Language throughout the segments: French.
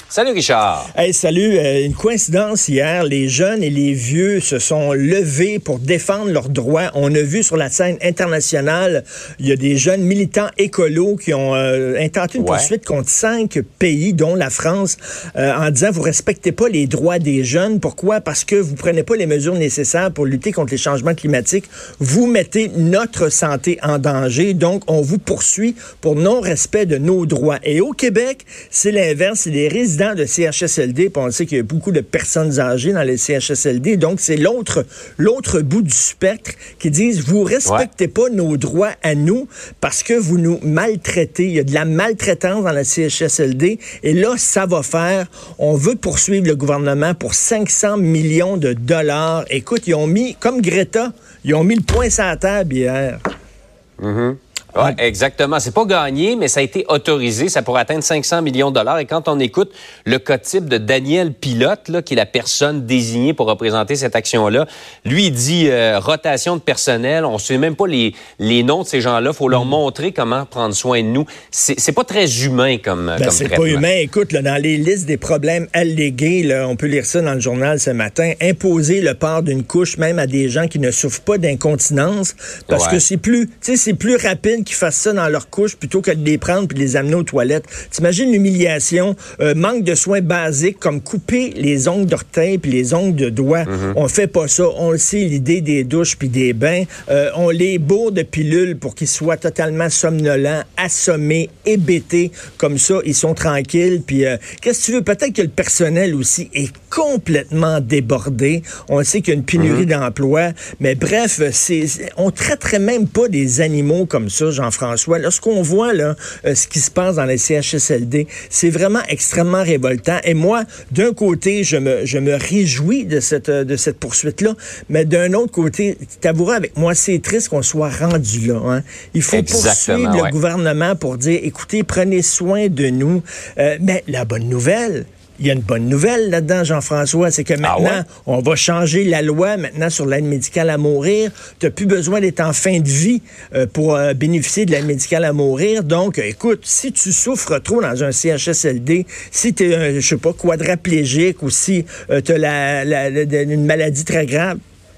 Salut Richard. Hey, salut. Une coïncidence hier, les jeunes et les vieux se sont levés pour défendre leurs droits. On a vu sur la scène internationale, il y a des jeunes militants écolos qui ont intenté une poursuite contre 5 pays, dont la France, en disant vous respectez pas les droits des jeunes. Pourquoi? Parce que vous prenez pas les mesures nécessaires pour lutter contre les changements climatiques. Vous mettez notre santé en danger. Donc, on vous poursuit pour non-respect de nos droits. Et au Québec, c'est l'inverse. C'est les résidents de CHSLD, puis on sait qu'il y a beaucoup de personnes âgées dans les CHSLD, donc c'est l'autre bout du spectre qui disent, vous respectez pas nos droits à nous parce que vous nous maltraitez. Il y a de la maltraitance dans la CHSLD, et là, ça va faire. On veut poursuivre le gouvernement pour 500 millions de dollars. Écoute, ils ont mis, comme Greta, ils ont mis le poing sur la table hier. Mm-hmm. Oui, exactement. C'est pas gagné, mais ça a été autorisé. Ça pourrait atteindre 500 millions de dollars. Et quand on écoute le cas type de Daniel Pilote, là, qui est la personne désignée pour représenter cette action-là, lui, il dit rotation de personnel. On ne sait même pas les noms de ces gens-là. Il faut leur montrer comment prendre soin de nous. C'est pas très humain comme c'est traitement. pas humain. Écoute, là, dans les listes des problèmes allégués, là, on peut lire ça dans le journal ce matin, imposer le port d'une couche même à des gens qui ne souffrent pas d'incontinence, parce que c'est plus rapide qui fassent ça dans leur couche plutôt que de les prendre puis de les amener aux toilettes. T'imagines l'humiliation, manque de soins basiques comme couper les ongles d'orteil puis les ongles de doigts. On fait pas ça. On le sait, l'idée des douches puis des bains. On les bourre de pilules pour qu'ils soient totalement somnolents, assommés, hébétés. Comme ça, ils sont tranquilles. Puis qu'est-ce que tu veux? Peut-être que le personnel aussi est complètement débordé. On sait qu'il y a une pénurie d'emplois. Mais bref, on traiterait même pas des animaux comme ça, Jean-François. Lorsqu'on voit là, ce qui se passe dans les CHSLD, c'est vraiment extrêmement révoltant. Et moi, d'un côté, je me réjouis de cette poursuite-là, mais d'un autre côté, t'avoueras avec moi, c'est triste qu'on soit rendu là. Hein. Il faut poursuivre le gouvernement pour dire, écoutez, prenez soin de nous. Mais la bonne nouvelle, il y a une bonne nouvelle là-dedans, Jean-François, c'est que maintenant, on va changer la loi maintenant sur l'aide médicale à mourir. Tu n'as plus besoin d'être en fin de vie pour bénéficier de l'aide médicale à mourir. Donc, écoute, si tu souffres trop dans un CHSLD, si tu es, quadraplégique ou si tu as une maladie très grave,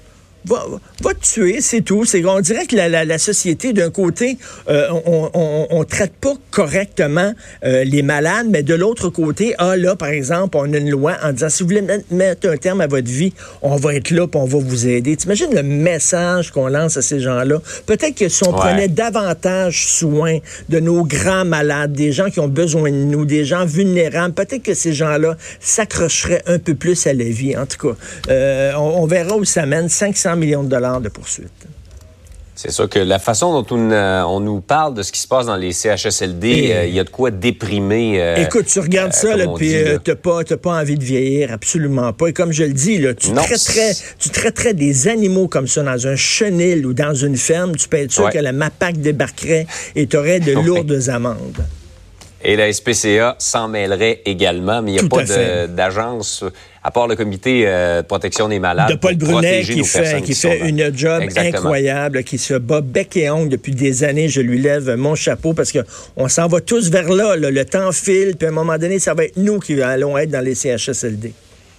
va te tuer, c'est tout. On dirait que la société, d'un côté, on traite pas correctement les malades, mais de l'autre côté, là, par exemple, on a une loi en disant, si vous voulez mettre un terme à votre vie, on va être là, puis on va vous aider. T'imagines le message qu'on lance à ces gens-là? Peut-être que si on prenait davantage soin de nos grands malades, des gens qui ont besoin de nous, des gens vulnérables, peut-être que ces gens-là s'accrocheraient un peu plus à la vie. En tout cas, on verra où ça mène. 500 millions de dollars de poursuite. C'est sûr que la façon dont on nous parle de ce qui se passe dans les CHSLD, il y a de quoi déprimer. Écoute, tu regardes ça, puis t'as pas envie de vieillir, absolument pas. Et comme je le dis, là, tu traiterais des animaux comme ça dans un chenil ou dans une ferme, tu peux être sûr que la MAPAC débarquerait et tu aurais de lourdes amendes. Et la SPCA s'en mêlerait également, mais il n'y a pas d'agence, à part le comité de protection des malades. De Paul Brunet qui fait une job incroyable, qui se bat bec et ongle depuis des années. Je lui lève mon chapeau parce qu'on s'en va tous vers là. Le temps file, puis à un moment donné, ça va être nous qui allons être dans les CHSLD.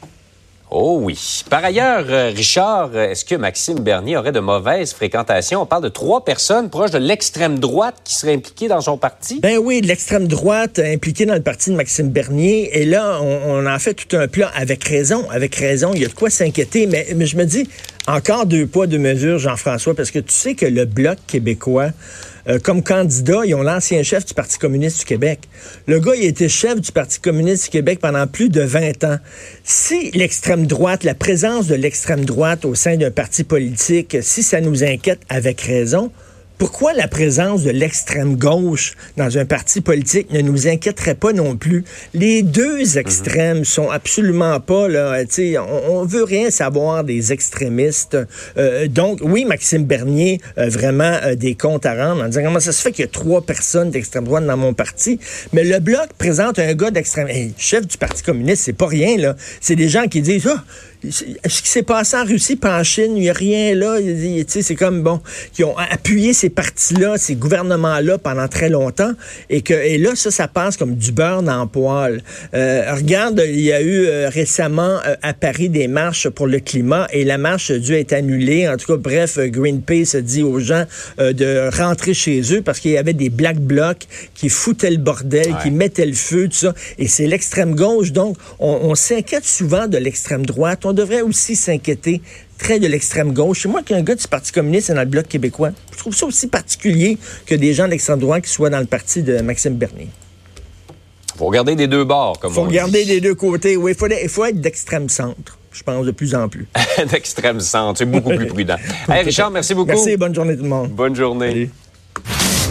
Oh oui. Par ailleurs, Richard, est-ce que Maxime Bernier aurait de mauvaises fréquentations? On parle de 3 personnes proches de l'extrême droite qui seraient impliquées dans son parti. Ben oui, de l'extrême droite impliquée dans le parti de Maxime Bernier. Et là, on en fait tout un plat avec raison. Avec raison, il y a de quoi s'inquiéter. Mais je me dis, encore 2 poids, 2 mesures, Jean-François, parce que tu sais que le Bloc québécois, comme candidat, ils ont l'ancien chef du Parti communiste du Québec. Le gars, il a été chef du Parti communiste du Québec pendant plus de 20 ans. Si l'extrême droite, la présence de l'extrême droite au sein d'un parti politique, si ça nous inquiète avec raison, pourquoi la présence de l'extrême gauche dans un parti politique ne nous inquiéterait pas non plus? Les deux extrêmes sont absolument pas là. On veut rien savoir des extrémistes. Donc, oui, Maxime Bernier, vraiment des comptes à rendre en disant comment ça se fait qu'il y a 3 personnes d'extrême droite dans mon parti. Mais le Bloc présente un gars d'extrême... Hey, chef du Parti communiste, c'est pas rien, là. C'est des gens qui disent ce qui s'est passé en Russie pas en Chine, il n'y a rien là. C'est comme, bon, qui ont appuyé ces partis-là, ces gouvernements-là pendant très longtemps. Et là, ça passe comme du beurre dans le poêle. Regarde, il y a eu récemment à Paris des marches pour le climat et la marche a dû être annulée. En tout cas, bref, Greenpeace a dit aux gens de rentrer chez eux parce qu'il y avait des black blocs qui foutaient le bordel, qui mettaient le feu, tout ça. Et c'est l'extrême gauche. Donc, on s'inquiète souvent de l'extrême droite. On devrait aussi s'inquiéter très de l'extrême gauche. C'est moi qui ai un gars du Parti communiste et dans le Bloc québécois. Je trouve ça aussi particulier que des gens de l'extrême droite qui soient dans le parti de Maxime Bernier. Il faut regarder des deux bords, comme on dit. Il faut regarder des deux côtés. Oui, il faut être d'extrême centre. Je pense de plus en plus. D'extrême centre. C'est beaucoup plus prudent. Hey, Richard, merci beaucoup. Merci, bonne journée tout le monde. Bonne journée. Salut.